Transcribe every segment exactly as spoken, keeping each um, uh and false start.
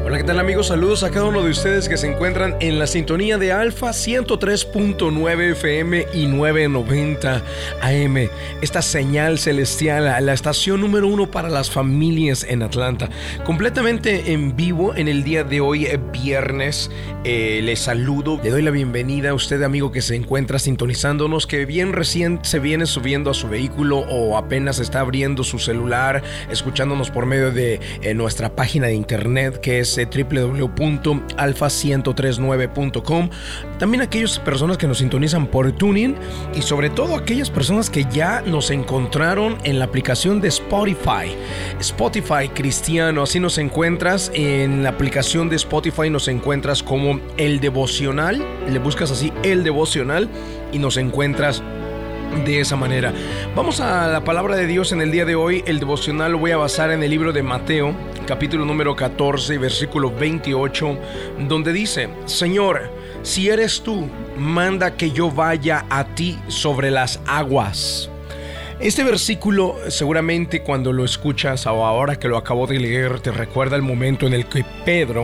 Hola, ¿qué tal, amigos? Saludos a cada uno de ustedes que se encuentran en la sintonía de Alfa ciento tres punto nueve F M y novecientos noventa A M. Esta señal celestial, la estación número uno para las familias en Atlanta. Completamente en vivo en el día de hoy, viernes. Eh, les saludo, le doy la bienvenida a usted, amigo, que se encuentra sintonizándonos, que bien recién se viene subiendo a su vehículo o apenas está abriendo su celular, escuchándonos por medio de eh, nuestra página de internet, que es doble u doble u doble u punto alfa ciento treinta y nueve punto com. También aquellas personas que nos sintonizan por TuneIn y sobre todo aquellas personas que ya nos encontraron en la aplicación de Spotify. Spotify Cristiano, así nos encuentras en la aplicación de Spotify, nos encuentras como El Devocional, le buscas así El Devocional y nos encuentras de esa manera. Vamos a la palabra de Dios en el día de hoy. El devocional lo voy a basar en el libro de Mateo, capítulo número catorce, versículo veintiocho, donde dice: Señor, si eres tú, manda que yo vaya a ti sobre las aguas. Este versículo, seguramente cuando lo escuchas o ahora que lo acabo de leer, te recuerda el momento en el que Pedro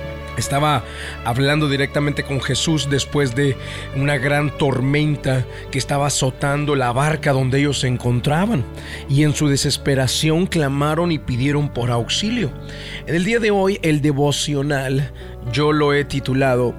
estaba hablando directamente con Jesús después de una gran tormenta que estaba azotando la barca donde ellos se encontraban, y en su desesperación clamaron y pidieron por auxilio. En el día de hoy, el devocional yo lo he titulado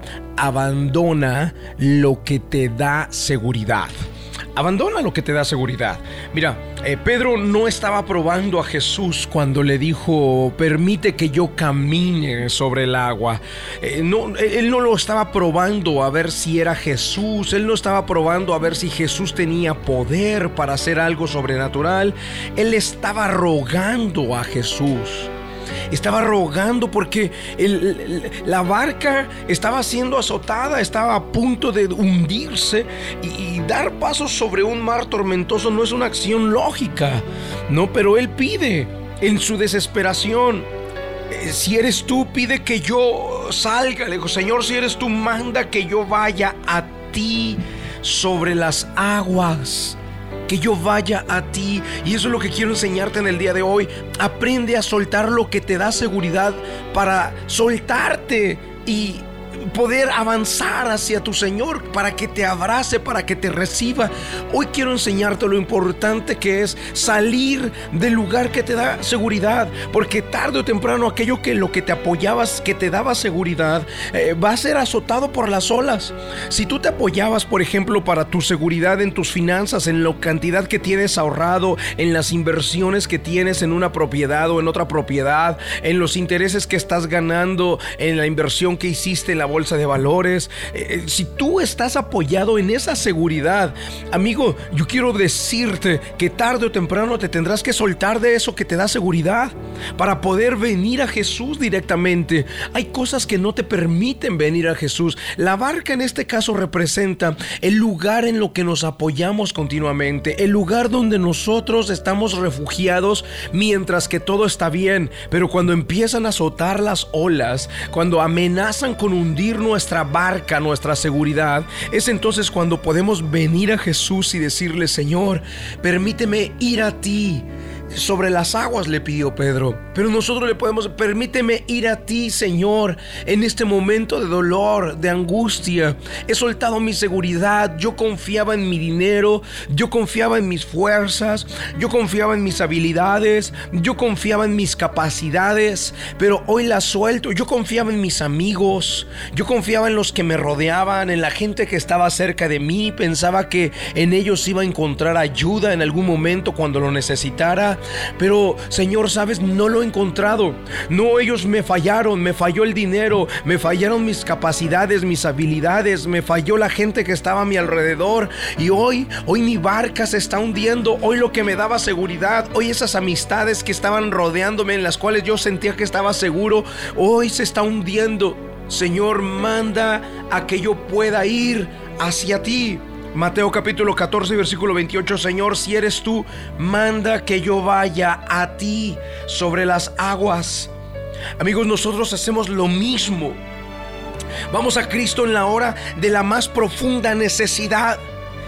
Abandona lo que te da seguridad. Abandona lo que te da seguridad. Mira, eh, Pedro no estaba probando a Jesús cuando le dijo: permite que yo camine sobre el agua. Eh, no, él no lo estaba probando a ver si era Jesús. Él no estaba probando a ver si Jesús tenía poder para hacer algo sobrenatural. Él estaba rogando a Jesús. Estaba rogando porque el, el, la barca estaba siendo azotada, estaba a punto de hundirse, y, y dar pasos sobre un mar tormentoso no es una acción lógica, ¿no? Pero él pide en su desesperación: eh, si eres tú, pide que yo salga. Le dijo: Señor, si eres tú, manda que yo vaya a ti sobre las aguas. Que yo vaya a ti. Y eso es lo que quiero enseñarte en el día de hoy. Aprende a soltar lo que te da seguridad para soltarte y poder avanzar hacia tu Señor, para que te abrace, para que te reciba. Hoy quiero enseñarte lo importante que es salir del lugar que te da seguridad, porque tarde o temprano aquello que lo que te apoyabas, que te daba seguridad, eh, va a ser azotado por las olas. Si tú te apoyabas, por ejemplo, para tu seguridad en tus finanzas, en la cantidad que tienes ahorrado, en las inversiones que tienes en una propiedad o en otra propiedad, en los intereses que estás ganando en la inversión que hiciste en la bolsa de valores, eh, si tú estás apoyado en esa seguridad, amigo, yo quiero decirte que tarde o temprano te tendrás que soltar de eso que te da seguridad para poder venir a Jesús directamente. Hay cosas que no te permiten venir a Jesús. La barca en este caso representa el lugar en lo que nos apoyamos continuamente, el lugar donde nosotros estamos refugiados mientras que todo está bien, pero cuando empiezan a azotar las olas, cuando amenazan con un nuestra barca, nuestra seguridad, es entonces cuando podemos venir a Jesús y decirle: Señor, permíteme ir a ti. Sobre las aguas le pidió Pedro, pero nosotros le podemos: permíteme ir a ti, Señor, en este momento de dolor, de angustia. He soltado mi seguridad. Yo confiaba en mi dinero, yo confiaba en mis fuerzas, yo confiaba en mis habilidades, yo confiaba en mis capacidades, pero hoy las suelto. Yo confiaba en mis amigos, yo confiaba en los que me rodeaban, en la gente que estaba cerca de mí. Pensaba que en ellos iba a encontrar ayuda en algún momento cuando lo necesitara. Pero, Señor, sabes, no lo he encontrado. No, ellos me fallaron, me falló el dinero, me fallaron mis capacidades, mis habilidades, me falló la gente que estaba a mi alrededor. Y hoy, hoy mi barca se está hundiendo. Hoy lo que me daba seguridad, hoy esas amistades que estaban rodeándome, en las cuales yo sentía que estaba seguro, hoy se está hundiendo. Señor, manda a que yo pueda ir hacia ti. Mateo capítulo catorce, versículo veintiocho. Señor, si eres tú, manda que yo vaya a ti sobre las aguas. Amigos, nosotros hacemos lo mismo. Vamos a Cristo en la hora de la más profunda necesidad.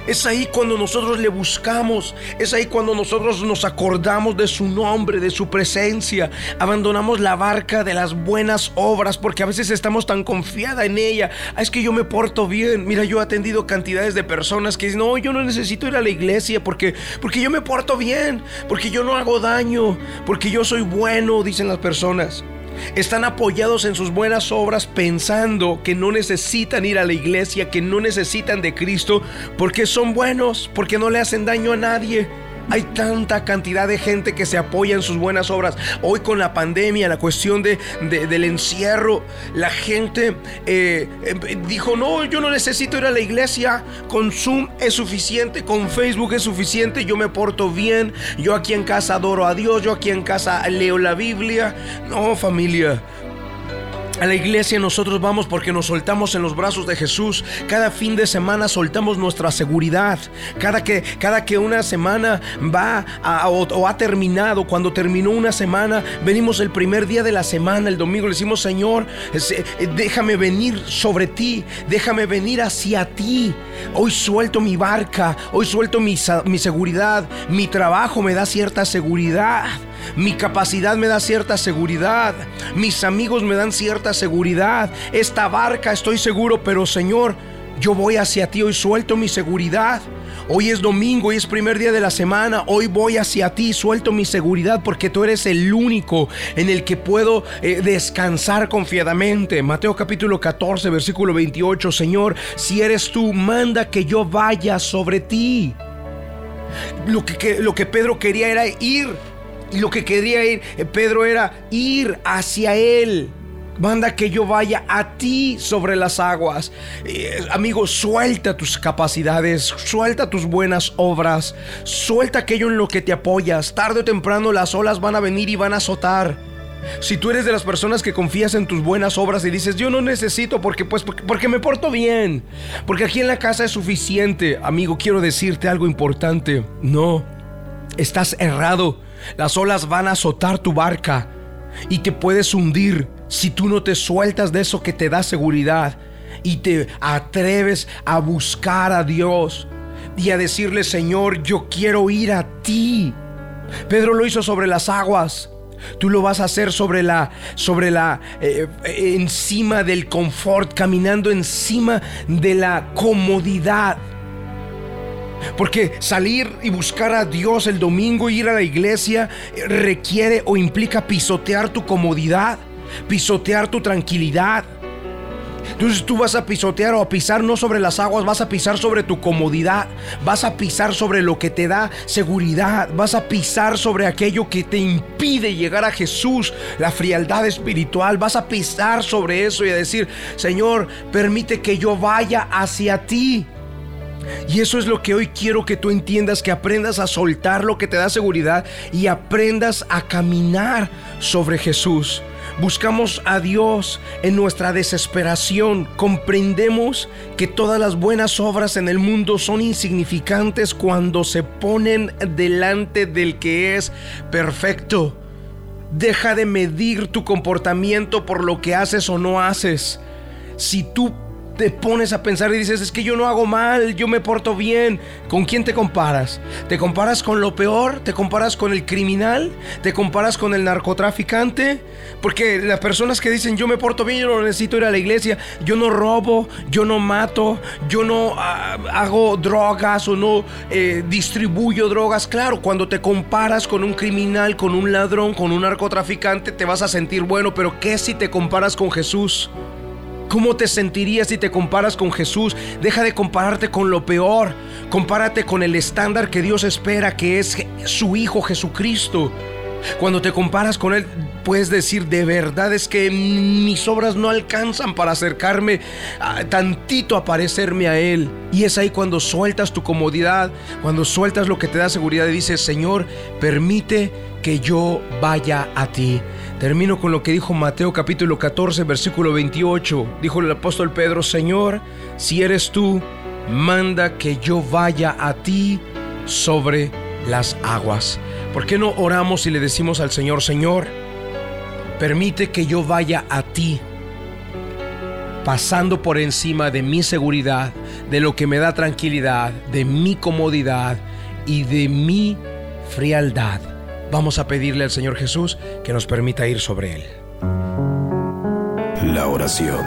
Es ahí cuando nosotros le buscamos, es ahí cuando nosotros nos acordamos de su nombre, de su presencia. Abandonamos la barca de las buenas obras porque a veces estamos tan confiada en ella. Ah, es que yo me porto bien. Mira, yo he atendido cantidades de personas que dicen, no, yo no necesito ir a la iglesia porque, porque yo me porto bien, porque yo no hago daño, porque yo soy bueno, dicen las personas. Están apoyados en sus buenas obras pensando que no necesitan ir a la iglesia, que no necesitan de Cristo porque son buenos, porque no le hacen daño a nadie. Hay tanta cantidad de gente que se apoya en sus buenas obras. Hoy con la pandemia, la cuestión de, de, del encierro, la gente eh, eh, dijo, no, yo no necesito ir a la iglesia. Con Zoom es suficiente, con Facebook es suficiente. Yo me porto bien, yo aquí en casa adoro a Dios, yo aquí en casa leo la Biblia. No, familia. A la iglesia nosotros vamos porque nos soltamos en los brazos de Jesús. Cada fin de semana soltamos nuestra seguridad. Cada que, cada que una semana va a, o, o ha terminado, cuando terminó una semana, venimos el primer día de la semana, el domingo, le decimos, Señor, déjame venir sobre ti, déjame venir hacia ti. Hoy suelto mi barca, hoy suelto mi, mi seguridad, mi trabajo me da cierta seguridad. Mi capacidad me da cierta seguridad. Mis amigos me dan cierta seguridad. Esta barca estoy seguro, pero Señor, yo voy hacia ti. Hoy suelto mi seguridad. Hoy es domingo, hoy es primer día de la semana. Hoy voy hacia ti, suelto mi seguridad porque tú eres el único en el que puedo eh, descansar confiadamente. Mateo capítulo catorce, versículo veintiocho. Señor, si eres tú, manda que yo vaya sobre ti. Lo que, que, lo que Pedro quería era ir. Y lo que quería ir Pedro era ir hacia él. Manda que yo vaya a ti sobre las aguas. eh, Amigo, suelta tus capacidades, suelta tus buenas obras, suelta aquello en lo que te apoyas. Tarde o temprano las olas van a venir y van a azotar. Si tú eres de las personas que confías en tus buenas obras y dices, yo no necesito porque, pues, porque, porque me porto bien, porque aquí en la casa es suficiente. Amigo, quiero decirte algo importante. No, estás errado. Las olas van a azotar tu barca y te puedes hundir si tú no te sueltas de eso que te da seguridad y te atreves a buscar a Dios y a decirle, Señor, yo quiero ir a ti. Pedro lo hizo sobre las aguas. Tú lo vas a hacer sobre la, sobre la, eh, encima del confort, caminando encima de la comodidad. Porque salir y buscar a Dios el domingo, ir a la iglesia, requiere o implica pisotear tu comodidad, pisotear tu tranquilidad. Entonces tú vas a pisotear o a pisar no sobre las aguas, vas a pisar sobre tu comodidad, vas a pisar sobre lo que te da seguridad, vas a pisar sobre aquello que te impide llegar a Jesús, la frialdad espiritual. Vas a pisar sobre eso y a decir, Señor, permite que yo vaya hacia ti. Y eso es lo que hoy quiero que tú entiendas, que aprendas a soltar lo que te da seguridad y aprendas a caminar sobre Jesús. Buscamos a Dios en nuestra desesperación. Comprendemos que todas las buenas obras en el mundo son insignificantes cuando se ponen delante del que es perfecto. Deja de medir tu comportamiento por lo que haces o no haces. Si tú te pones a pensar y dices, es que yo no hago mal, yo me porto bien, ¿con quién te comparas? ¿Te comparas con lo peor? ¿Te comparas con el criminal? ¿Te comparas con el narcotraficante? Porque las personas que dicen, yo me porto bien, yo no necesito ir a la iglesia, yo no robo, yo no mato, yo no uh, hago drogas o no eh, distribuyo drogas. Claro, cuando te comparas con un criminal, con un ladrón, con un narcotraficante, te vas a sentir bueno, pero ¿qué si te comparas con Jesús? ¿Cómo te sentirías si te comparas con Jesús? Deja de compararte con lo peor. Compárate con el estándar que Dios espera, que es su Hijo Jesucristo. Cuando te comparas con Él, puedes decir, de verdad es que mis obras no alcanzan para acercarme a, tantito a parecerme a Él. Y es ahí cuando sueltas tu comodidad, cuando sueltas lo que te da seguridad y dices, Señor, permite que yo vaya a ti. Termino con lo que dijo Mateo capítulo catorce, versículo veintiocho. Dijo el apóstol Pedro, Señor, si eres tú, manda que yo vaya a ti sobre las aguas. ¿Por qué no oramos y le decimos al Señor, Señor, permite que yo vaya a ti? pasando por encima de mi seguridad, de lo que me da tranquilidad, de mi comodidad y de mi frialdad. Vamos a pedirle al Señor Jesús que nos permita ir sobre Él. La oración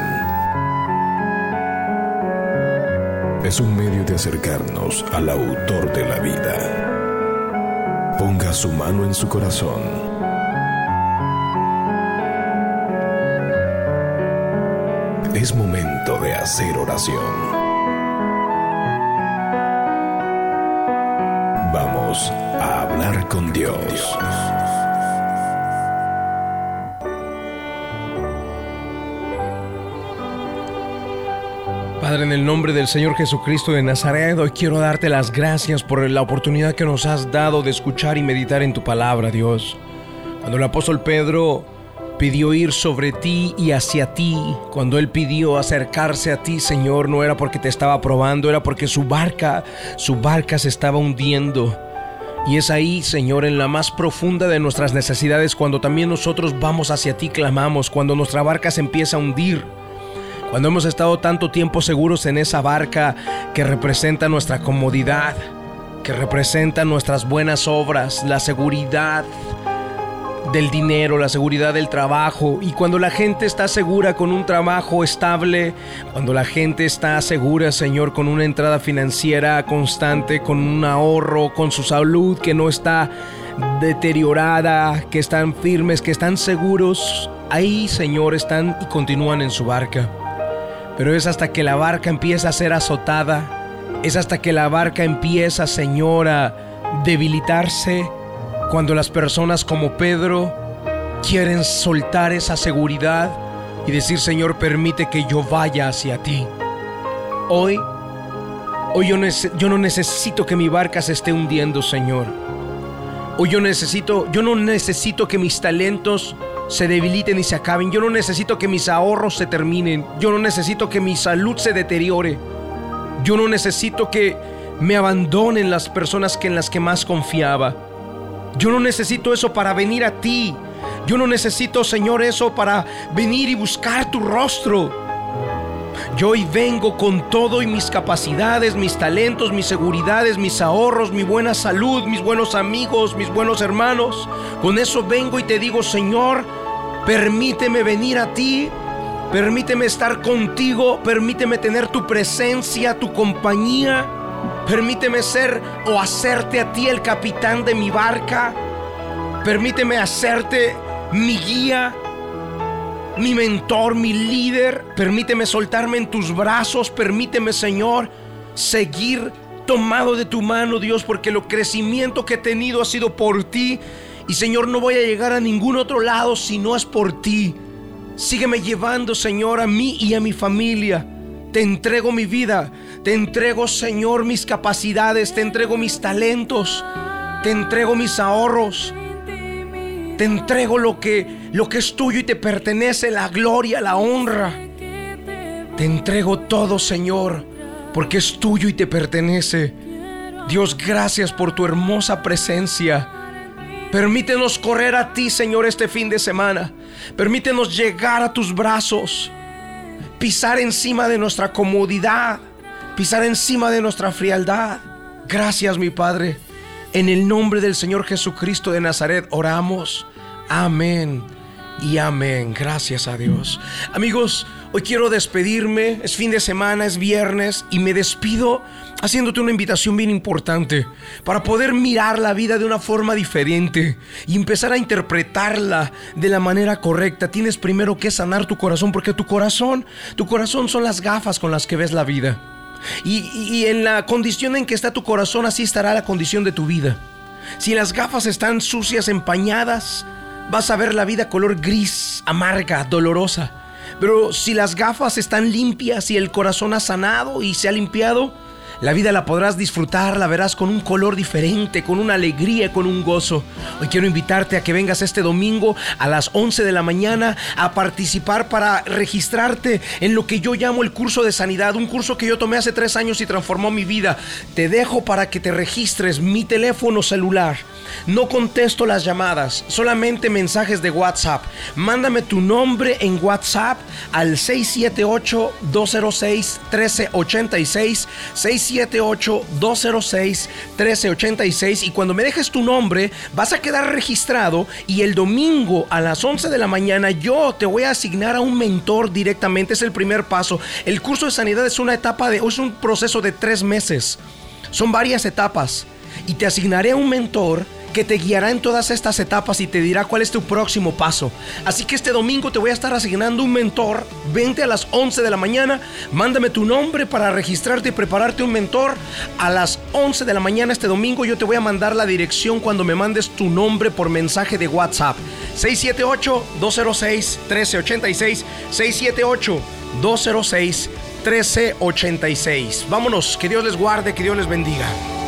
es un medio de acercarnos al autor de la vida. Ponga su mano en su corazón. Es momento de hacer oración. Vamos a hablar con Dios. Padre, en el nombre del Señor Jesucristo de Nazaret, hoy quiero darte las gracias por la oportunidad que nos has dado de escuchar y meditar en tu palabra, Dios. Cuando el apóstol Pedro pidió ir sobre ti y hacia ti, cuando él pidió acercarse a ti, Señor, no era porque te estaba probando, era porque su barca, su barca se estaba hundiendo. Y es ahí, Señor, en la más profunda de nuestras necesidades, cuando también nosotros vamos hacia ti, clamamos, cuando nuestra barca se empieza a hundir. Cuando hemos estado tanto tiempo seguros en esa barca que representa nuestra comodidad, que representa nuestras buenas obras, la seguridad del dinero, la seguridad del trabajo. Y cuando la gente está segura con un trabajo estable, cuando la gente está segura, Señor, con una entrada financiera constante, con un ahorro, con su salud que no está deteriorada, que están firmes, que están seguros, ahí, Señor, están y continúan en su barca. Pero es hasta que la barca empieza a ser azotada, es hasta que la barca empieza, Señor, a debilitarse, cuando las personas como Pedro quieren soltar esa seguridad y decir, Señor, permite que yo vaya hacia ti. Hoy, hoy yo, nece- yo no necesito que mi barca se esté hundiendo, Señor. Hoy yo necesito, yo no necesito que mis talentos se debiliten y se acaben. Yo no necesito que mis ahorros se terminen. Yo no necesito que mi salud se deteriore. Yo no necesito que me abandonen las personas que en las que más confiaba. Yo no necesito eso para venir a ti. Yo no necesito, Señor, eso para venir y buscar tu rostro. Yo hoy vengo con todo y mis capacidades, mis talentos, mis seguridades, mis ahorros, mi buena salud, mis buenos amigos, mis buenos hermanos. Con eso vengo y te digo, Señor, permíteme venir a ti, permíteme estar contigo, permíteme tener tu presencia, tu compañía, permíteme ser o hacerte a ti el capitán de mi barca, permíteme hacerte mi guía, mi mentor, mi líder. Permíteme soltarme en tus brazos. Permíteme, Señor, seguir tomado de tu mano, Dios, porque el crecimiento que he tenido ha sido por ti. Y, Señor, no voy a llegar a ningún otro lado si no es por ti. Sígueme llevando, Señor, a mí y a mi familia. Te entrego mi vida. Te entrego, Señor, mis capacidades. Te entrego mis talentos. Te entrego mis ahorros. Te entrego lo que, lo que es tuyo y te pertenece, la gloria, la honra. Te entrego todo, Señor, porque es tuyo y te pertenece. Dios, gracias por tu hermosa presencia. Permítenos correr a ti, Señor, este fin de semana. Permítenos llegar a tus brazos, pisar encima de nuestra comodidad, pisar encima de nuestra frialdad. Gracias, mi Padre. En el nombre del Señor Jesucristo de Nazaret oramos. Amén y amén. Gracias a Dios. Amigos, hoy quiero despedirme. Es fin de semana, es viernes, y me despido haciéndote una invitación bien importante para poder mirar la vida de una forma diferente y empezar a interpretarla de la manera correcta. Tienes primero que sanar tu corazón, porque tu corazón, tu corazón son las gafas con las que ves la vida. Y, y en la condición en que está tu corazón, así estará la condición de tu vida. Si las gafas están sucias, empañadas, vas a ver la vida color gris, amarga, dolorosa. Pero si las gafas están limpias y el corazón ha sanado y se ha limpiado, La vida la podrás disfrutar, la verás con un color diferente, con una alegría, con un gozo. Hoy quiero invitarte a que vengas este domingo a las once de la mañana a participar para registrarte en lo que yo llamo el curso de sanidad, un curso que yo tomé hace tres años y transformó mi vida. Te dejo para que te registres. Mi teléfono celular. No contesto las llamadas, solamente mensajes de WhatsApp. Mándame tu nombre en WhatsApp al seis siete ocho, dos cero seis, uno tres ocho seis, seis siete ocho, dos cero seis, uno tres ocho seis, y cuando me dejes tu nombre vas a quedar registrado y el domingo a las once de la mañana yo te voy a asignar a un mentor directamente. Es el primer paso. El curso de sanidad es una etapa de, es un proceso de tres meses. Son varias etapas y te asignaré a un mentor que te guiará en todas estas etapas y te dirá cuál es tu próximo paso. Así que este domingo te voy a estar asignando un mentor. Vente a las once de la mañana, mándame tu nombre para registrarte y prepararte un mentor. A las once de la mañana este domingo yo te voy a mandar la dirección cuando me mandes tu nombre por mensaje de WhatsApp. seis siete ocho, dos cero seis, uno tres ocho seis, seis siete ocho, dos cero seis, uno tres ocho seis. Vámonos, que Dios les guarde, que Dios les bendiga.